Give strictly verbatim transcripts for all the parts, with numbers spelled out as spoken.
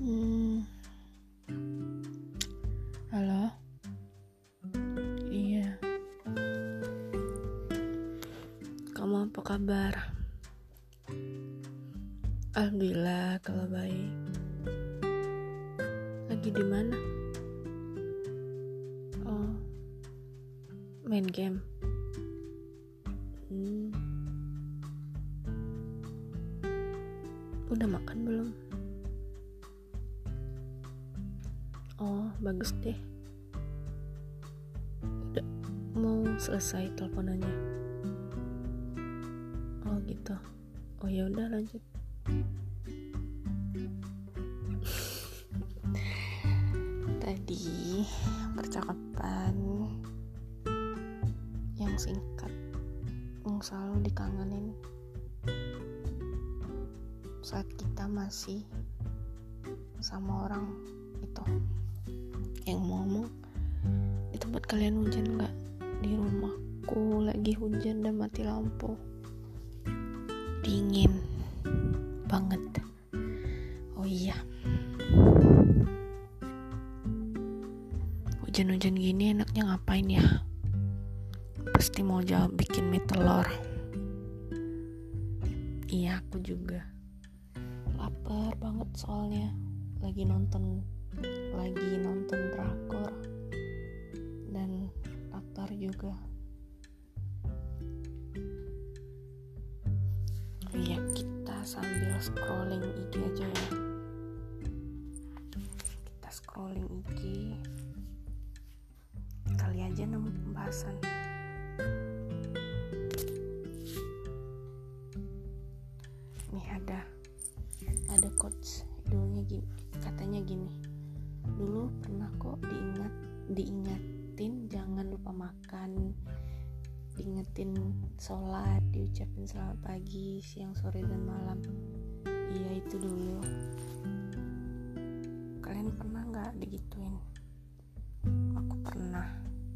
Hmm, halo. Iya. Kamu apa kabar? Alhamdulillah kalau baik. Lagi di mana? Oh, main game. Hmm. Udah makan belum? Oh, bagus deh. Udah mau selesai teleponannya. Oh gitu. Oh ya udah lanjut. Tadi percakapan yang singkat yang selalu dikangenin saat kita masih sama orang itu. Yang mau ngomong, di tempat kalian hujan gak? Di rumahku lagi hujan dan mati lampu. Dingin banget. Oh iya, hujan-hujan gini enaknya ngapain ya? Pasti mau jawab bikin mie telur. Iya, aku juga lapar banget soalnya lagi nonton lagi nonton drakor dan lapar juga. Iya, kita sambil scrolling I G aja ya. Kita scrolling I G, kali aja nemu pembahasan. Nih ada ada quotes judulnya gini, katanya gini. Dulu pernah kok diingat diingatin jangan lupa makan, diingetin sholat, diucapin selamat pagi, siang, sore, dan malam. Iya, itu dulu. Kalian pernah gak digituin? Aku pernah.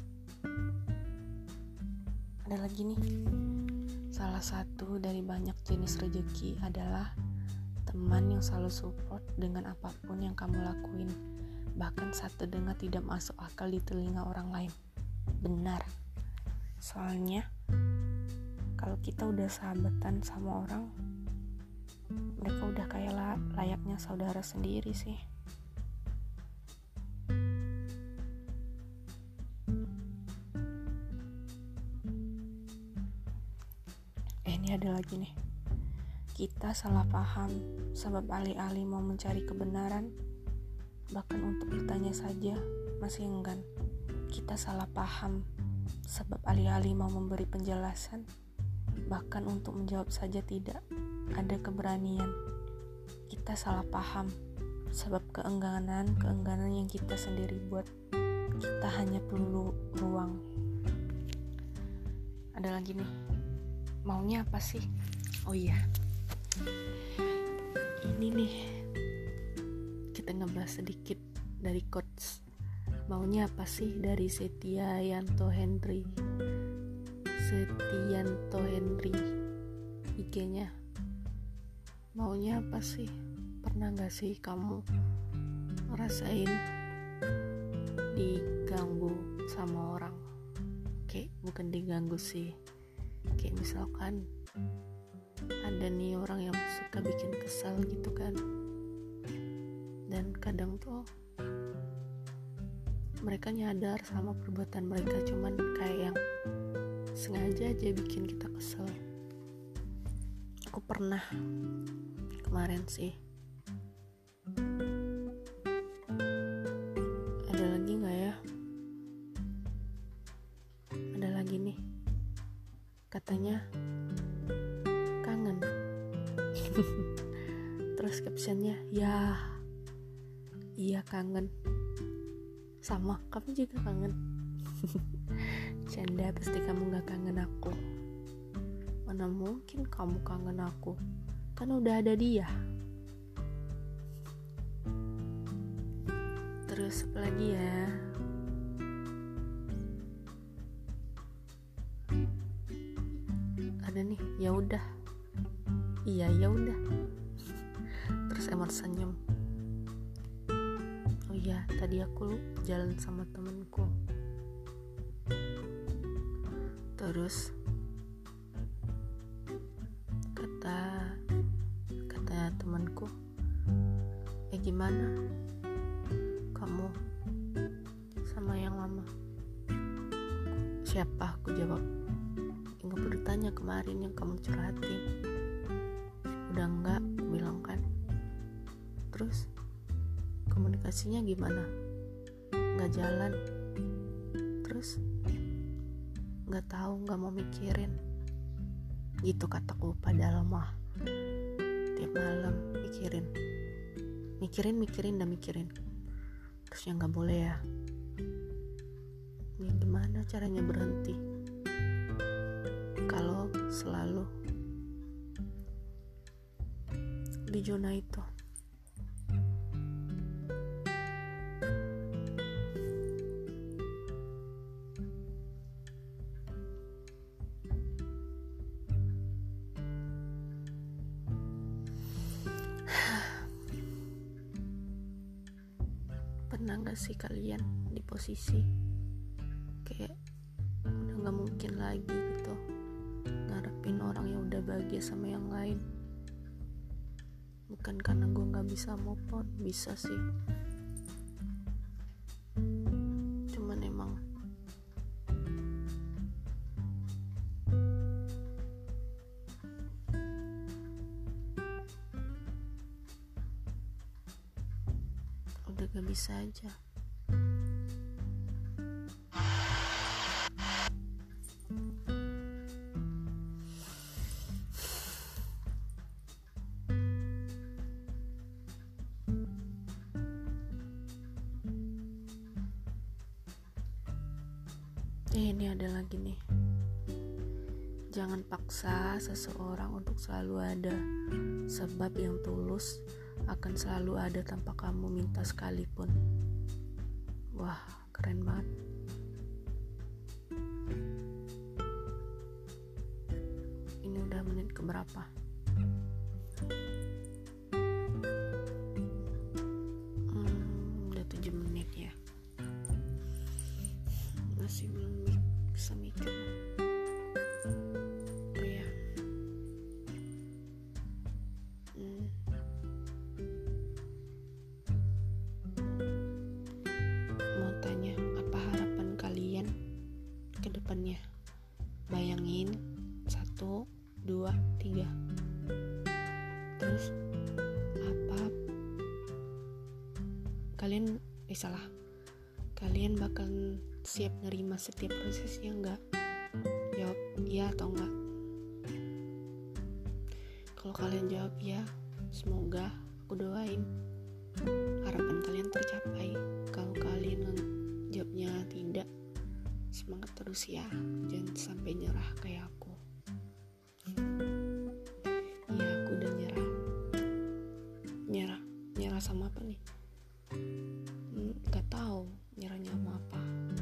Ada lagi nih, salah satu dari banyak jenis rezeki adalah teman yang selalu support dengan apapun yang kamu lakuin, bahkan saat terdengar tidak masuk akal di telinga orang lain. Benar. Soalnya kalau kita udah sahabatan sama orang, mereka udah kayak layaknya saudara sendiri sih. Eh ini ada lagi nih. Kita salah paham sebab alih-alih mau mencari kebenaran, bahkan untuk bertanya saja masih enggan. Kita salah paham sebab alih-alih mau memberi penjelasan, bahkan untuk menjawab saja tidak ada keberanian. Kita salah paham sebab keengganan-keengganan yang kita sendiri buat. Kita hanya perlu ruang. Ada lagi nih, maunya apa sih? Oh iya, ini nih, kita ngebahas sedikit dari quotes. Maunya apa sih dari Setiayanto Henry. Setiayanto Henry I G-nya. Maunya apa sih? Pernah gak sih kamu ngerasain diganggu sama orang? Kayak bukan diganggu sih, kayak misalkan ada nih orang yang suka bikin kesal gitu kan, dan kadang tuh mereka nyadar sama perbuatan mereka, cuman kayak yang sengaja aja bikin kita kesel. Aku pernah kemarin sih. Ada lagi gak ya? Ada lagi nih, katanya kangen. Terus captionnya, ya iya kangen, sama kamu juga kangen. Canda, pasti kamu gak kangen aku. Mana mungkin kamu kangen aku, kan udah ada dia. Terus apa lagi ya? Ada nih, ya udah. Iya ya udah. Terus emot senyum. iya tadi aku jalan sama temenku. Terus kata kata temanku, eh gimana kamu sama yang lama? Siapa? Aku jawab, nggak perlu tanya kemarin yang kamu curhatin. Udah enggak, aku bilang kan. Terus komunikasinya gimana? Nggak jalan. Terus nggak tahu, nggak mau mikirin. Gitu kataku, padahal mah tiap malam mikirin, mikirin, mikirin dan mikirin. Terus yang nggak boleh ya. Ini gimana caranya berhenti kalau selalu di zona itu? Pernah gak sih kalian di posisi kayak udah gak mungkin lagi gitu ngarepin orang yang udah bahagia sama yang lain? Bukan karena gue gak bisa move on, bisa sih, cuman emang udah gak bisa aja. Eh, ini ada lagi nih. Jangan paksa seseorang untuk selalu ada, sebab yang tulus akan selalu ada tanpa kamu minta sekalipun. Wah, keren banget. Ini udah menit keberapa? Hmm, udah tujuh menit ya. Masih belum bisa mikir. Oh ya. Hmm. Mau tanya, apa harapan kalian ke depannya? Bayangin, satu, dua, tiga. Terus apa kalian eh salah kalian bakal siap nerima setiap prosesnya enggak? Jawab iya atau enggak. Kalau kalian jawab ya, semoga aku doain harapan kalian tercapai. Kalau kalian jawabnya tidak, semangat terus ya, jangan sampai nyerah kayak aku. Iya, aku udah nyerah. Nyerah, nyerah sama apa nih? Hmm, gak tahu nyerahnya sama apa.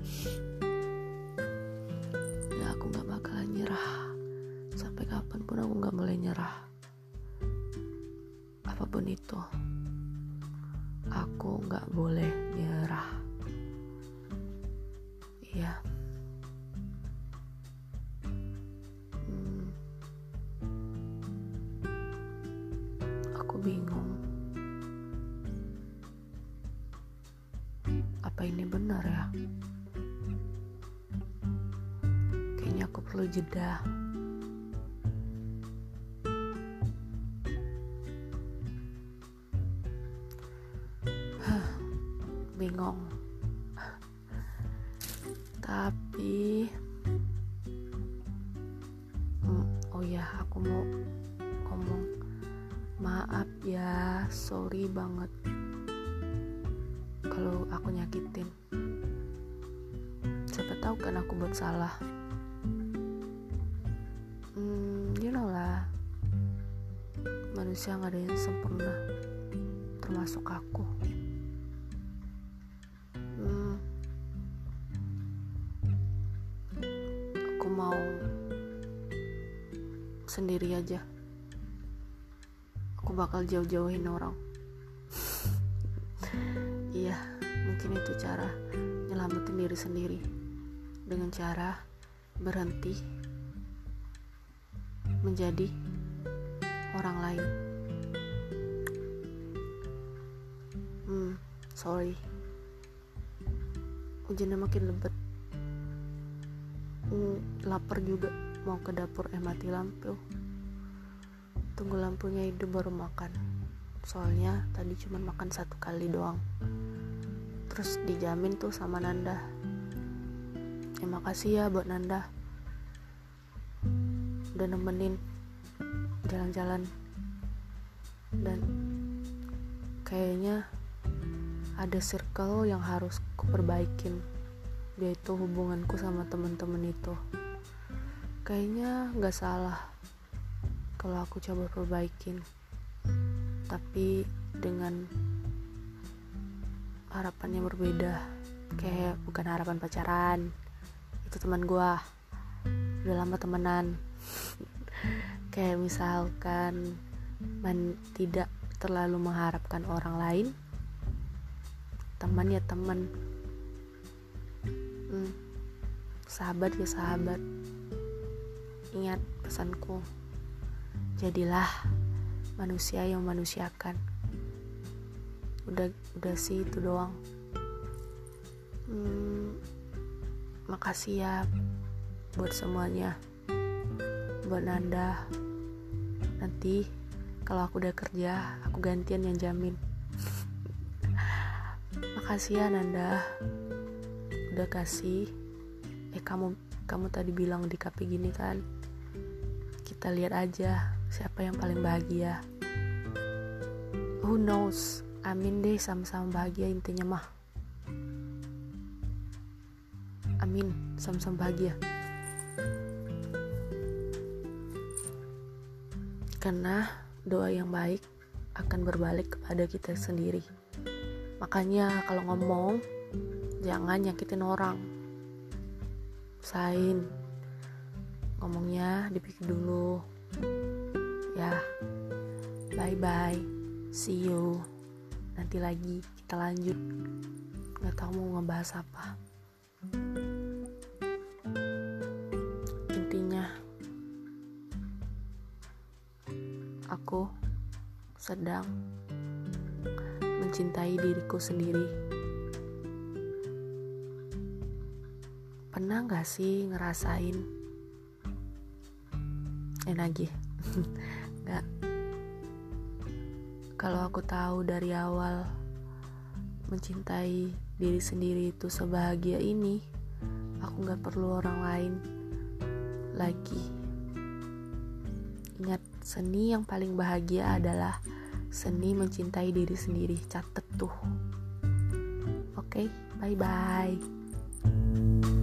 Ya, aku gak bakalan nyerah. Sampai kapanpun aku gak boleh nyerah. Apapun itu, aku gak boleh nyerah. Iya. Hmm, aku bingung. Apa ini benar ya? Kayaknya aku perlu jeda. Hah, bingung. Tapi hmm, oh ya, aku mau ngomong maaf ya, sorry banget kalau aku nyakitin. Siapa tahu kan aku buat salah. Hmm, you know lah, manusia gak ada yang sempurna, termasuk aku. Hmm, aku mau sendiri aja. Aku bakal jauh-jauhin orang. Iya, Mungkin itu cara nyelamatin diri sendiri, dengan cara berhenti menjadi orang lain. Hmm, sorry. Hujannya makin lebat. Hmm, lapar juga. Mau ke dapur, eh mati lampu. Tunggu lampunya hidup baru makan. Soalnya tadi cuma makan satu kali doang. Terus dijamin tuh sama Nanda. Ya makasih ya buat Nanda, udah nemenin jalan-jalan. Dan kayaknya ada circle yang harus kuperbaikin, yaitu hubunganku sama temen-temen itu. Kayaknya gak salah kalau aku coba perbaikin, tapi dengan harapannya berbeda. Kayak bukan harapan pacaran, itu teman gua, udah lama temenan. Kayak misalkan man, tidak terlalu mengharapkan orang lain. Teman ya teman, hmm, sahabat ya sahabat. Ingat pesanku, jadilah manusia yang manusiakan. Udah udah sih itu doang. Hmm, makasih ya buat semuanya, buat Nanda. Nanti kalau aku udah kerja, aku gantian yang jamin. Makasih ya Nanda, udah kasih. Eh kamu kamu tadi bilang di kafe gini kan, kita lihat aja siapa yang paling bahagia. Who knows? Amin deh, sama-sama bahagia intinya mah. Amin, sama-sama bahagia. Karena doa yang baik akan berbalik kepada kita sendiri. Makanya kalau ngomong, jangan nyakitin orang. Usahain ngomongnya dipikir dulu. Ya, bye-bye. See you. Nanti lagi kita lanjut. Gak tahu mau ngebahas apa. Intinya, aku sedang mencintai diriku sendiri. Pernah gak sih ngerasain Eh lagi Gak. Kalau aku tahu dari awal mencintai diri sendiri itu sebahagia ini, aku gak perlu orang lain lagi. Ingat, seni yang paling bahagia adalah seni mencintai diri sendiri. Catet tuh. Oke, okay, bye-bye.